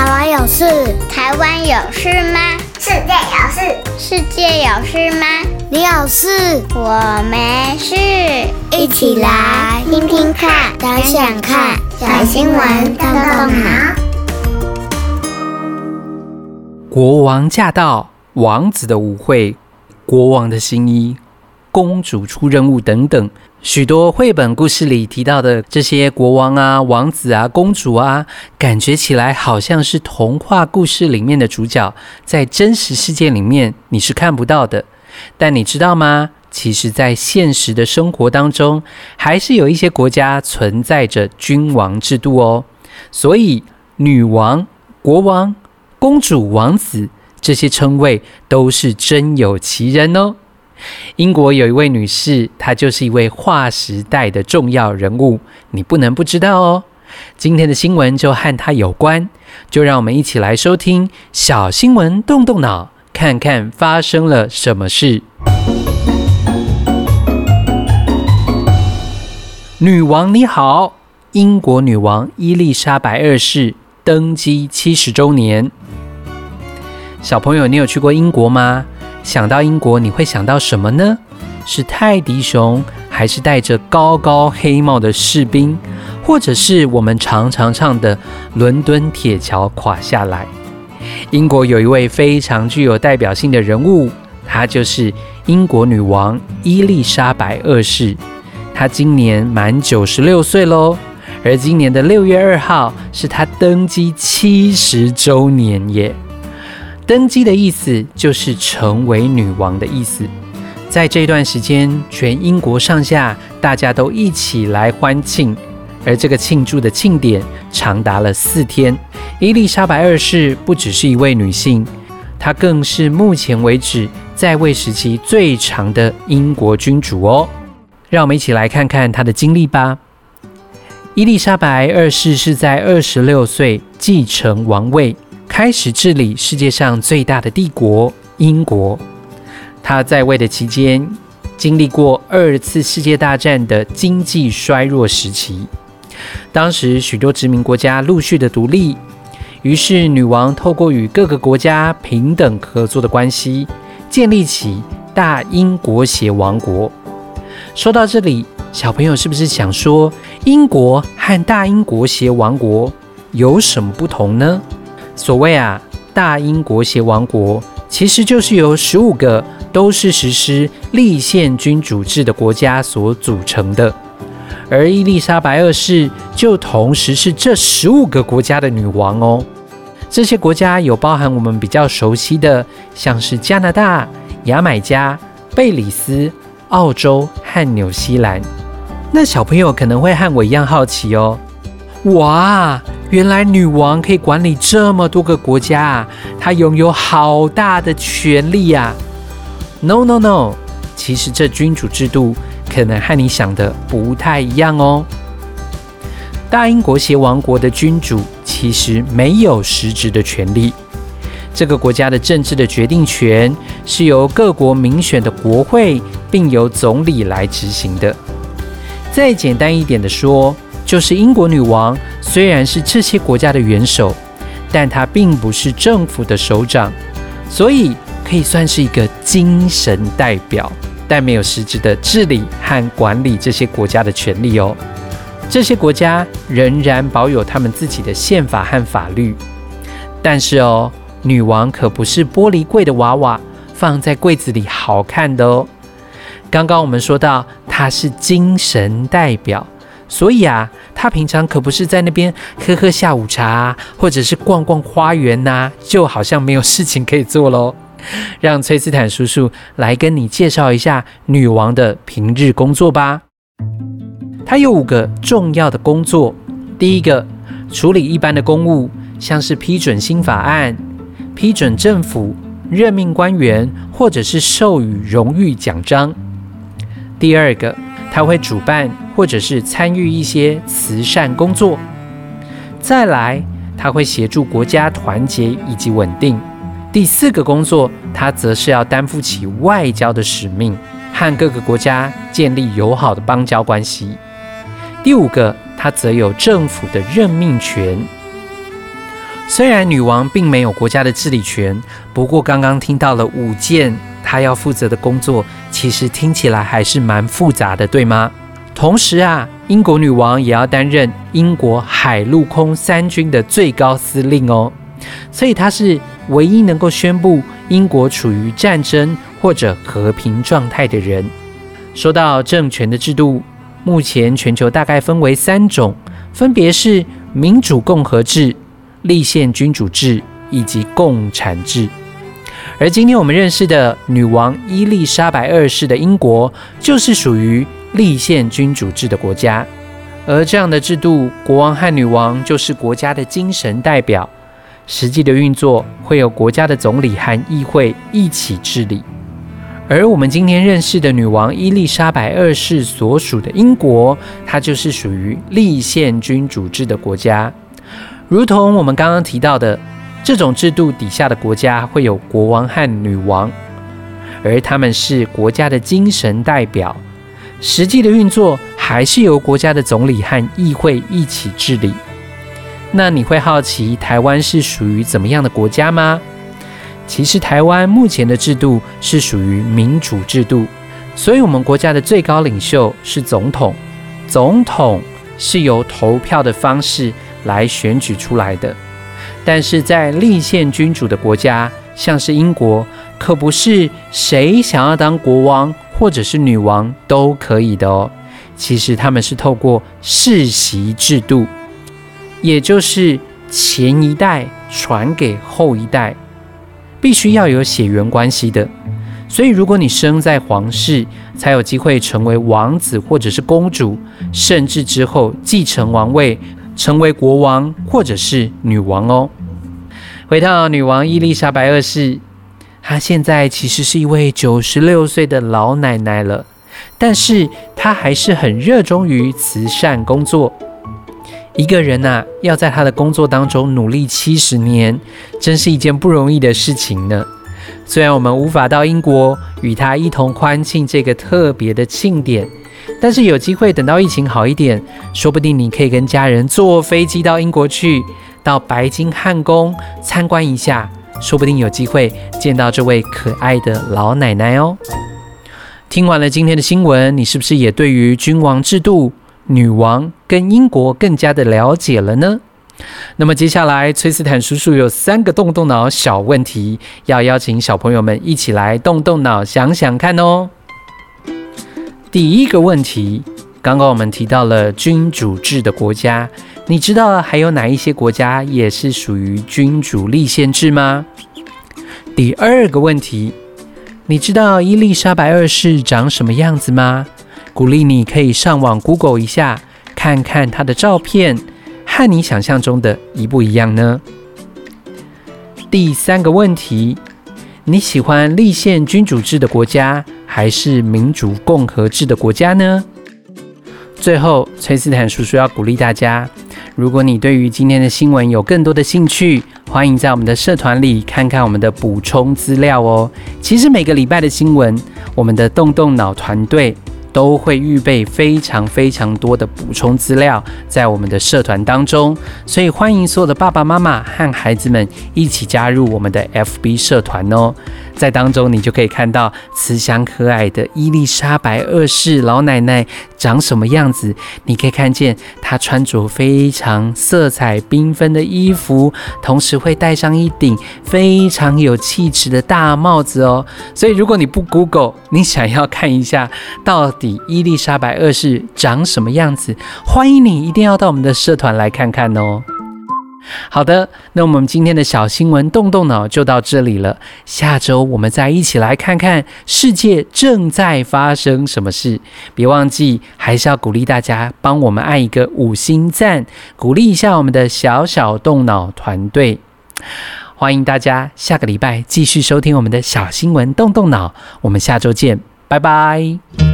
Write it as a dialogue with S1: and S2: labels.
S1: 台湾有事？
S2: 台湾有事吗？
S3: 世界有事？
S2: 世界有事吗？
S1: 你有事？
S2: 我没事。
S1: 一起来听听看，想想看，
S3: 小新闻动动脑。
S4: 国王驾到，王子的舞会，国王的新衣，公主出任务等等，许多绘本故事里提到的这些国王啊、王子啊、公主啊，感觉起来好像是童话故事里面的主角，在真实世界里面你是看不到的。但你知道吗？其实在现实的生活当中，还是有一些国家存在着君王制度哦。所以女王、国王、公主、王子这些称谓都是真有其人哦。英国有一位女士，她就是一位划时代的重要人物，你不能不知道哦。今天的新闻就和她有关，就让我们一起来收听小新闻动动脑，看看发生了什么事。女王你好，英国女王伊丽莎白二世登基70周年。小朋友，你有去过英国吗？想到英国，你会想到什么呢？是泰迪熊，还是戴着高高黑帽的士兵，或者是我们常常唱的伦敦铁桥垮下来？英国有一位非常具有代表性的人物，她就是英国女王伊丽莎白二世。她今年满96岁咯，而今年的6月2号是她登基70周年耶。登基的意思就是成为女王的意思。在这段时间，全英国上下大家都一起来欢庆，而这个庆祝的庆典长达了4天。伊丽莎白二世不只是一位女性，她更是目前为止在位时期最长的英国君主哦。让我们一起来看看她的经历吧。伊丽莎白二世是在26岁继承王位，开始治理世界上最大的帝国英国。他在位的期间，经历过2次世界大战的经济衰弱时期。当时许多殖民国家陆续的独立，于是女王透过与各个国家平等合作的关系，建立起大英国协王国。说到这里，小朋友是不是想说，英国和大英国协王国有什么不同呢？所谓大英国协王国，其实就是由15个都是实施立宪君主制的国家所组成的，而伊丽莎白二世就同时是这15个国家的女王哦。这些国家有包含我们比较熟悉的，像是加拿大、牙买加、贝里斯、澳洲和纽西兰。那小朋友可能会和我一样好奇哦，哇，原来女王可以管理这么多个国家啊，她拥有好大的权力啊。No， 其实这君主制度可能和你想的不太一样哦。大英国协王国的君主其实没有实质的权利，这个国家的政治的决定权是由各国民选的国会，并由总理来执行的。再简单一点的说，就是英国女王虽然是这些国家的元首，但她并不是政府的首长，所以可以算是一个精神代表，但没有实质的治理和管理这些国家的权利哦。这些国家仍然保有他们自己的宪法和法律，但是女王可不是玻璃柜的娃娃，放在柜子里好看的哦。刚刚我们说到她是精神代表，所以她平常可不是在那边喝下午茶，或者是逛逛花园就好像没有事情可以做咯。让崔斯坦叔叔来跟你介绍一下女王的平日工作吧。她有5个重要的工作。第一个，处理一般的公务，像是批准新法案、批准政府、任命官员，或者是授予荣誉奖章。第二个，她会主办或者是参与一些慈善工作。再来，她会协助国家团结以及稳定。第4个工作，她则是要担负起外交的使命，和各个国家建立友好的邦交关系。第5个，她则有政府的任命权。 虽然女王并没有国家的治理权，不过刚刚听到了5件她要负责的工作，其实听起来还是蛮复杂的，对吗？同时啊，英国女王也要担任英国海陆空3军的最高司令哦，所以她是唯一能够宣布英国处于战争或者和平状态的人。说到政权的制度，目前全球大概分为3种，分别是民主共和制、立宪君主制以及共产制。而今天我们认识的女王伊丽莎白2世的英国，就是属于立宪君主制的国家。而这样的制度，国王和女王就是国家的精神代表，实际的运作会由国家的总理和议会一起治理。而我们今天认识的女王伊丽莎白2世所属的英国，它就是属于立宪君主制的国家。如同我们刚刚提到的，这种制度底下的国家会有国王和女王，而他们是国家的精神代表，实际的运作还是由国家的总理和议会一起治理。那你会好奇台湾是属于怎么样的国家吗？其实台湾目前的制度是属于民主制度，所以我们国家的最高领袖是总统，总统是由投票的方式来选举出来的。但是在立宪君主的国家，像是英国，可不是谁想要当国王或者是女王都可以的哦。其实他们是透过世袭制度，也就是前一代传给后一代，必须要有血缘关系的。所以如果你生在皇室，才有机会成为王子或者是公主，甚至之后继承王位，成为国王或者是女王哦。回到女王伊丽莎白2世，她现在其实是一位96岁的老奶奶了，但是她还是很热衷于慈善工作。一个人啊，要在他的工作当中努力70年，真是一件不容易的事情呢。虽然我们无法到英国与他一同欢庆这个特别的庆典，但是有机会等到疫情好一点，说不定你可以跟家人坐飞机到英国去，到白金汉宫参观一下，说不定有机会见到这位可爱的老奶奶哦。听完了今天的新闻，你是不是也对于君王制度、女王跟英国更加的了解了呢？那么接下来崔斯坦叔叔有3个动动脑小问题，要邀请小朋友们一起来动动脑想想看哦。第一个问题，刚刚我们提到了君主制的国家，你知道还有哪一些国家也是属于君主立宪制吗？第二个问题，你知道伊丽莎白2世长什么样子吗？鼓励你可以上网 Google 一下，看看她的照片，和你想象中的一不一样呢？第3个问题，你喜欢立宪君主制的国家，还是民主共和制的国家呢？最后，崔斯坦叔叔要鼓励大家，如果你对于今天的新闻有更多的兴趣，欢迎在我们的社团里看看我们的补充资料哦。其实每个礼拜的新闻，我们的动动脑团队都会预备非常非常多的补充资料在我们的社团当中，所以欢迎所有的爸爸妈妈和孩子们一起加入我们的 FB 社团哦。在当中你就可以看到慈祥可爱的伊丽莎白2世老奶奶长什么样子，你可以看见她穿着非常色彩缤纷的衣服，同时会戴上一顶非常有气质的大帽子哦。所以如果你不 Google， 你想要看一下到底伊丽莎白2世长什么样子，欢迎你一定要到我们的社团来看看哦。好的，那我们今天的小新闻动动脑就到这里了，下周我们再一起来看看世界正在发生什么事。别忘记还是要鼓励大家帮我们按一个5星赞，鼓励一下我们的小小动脑团队。欢迎大家下个礼拜继续收听我们的小新闻动动脑，我们下周见，拜拜。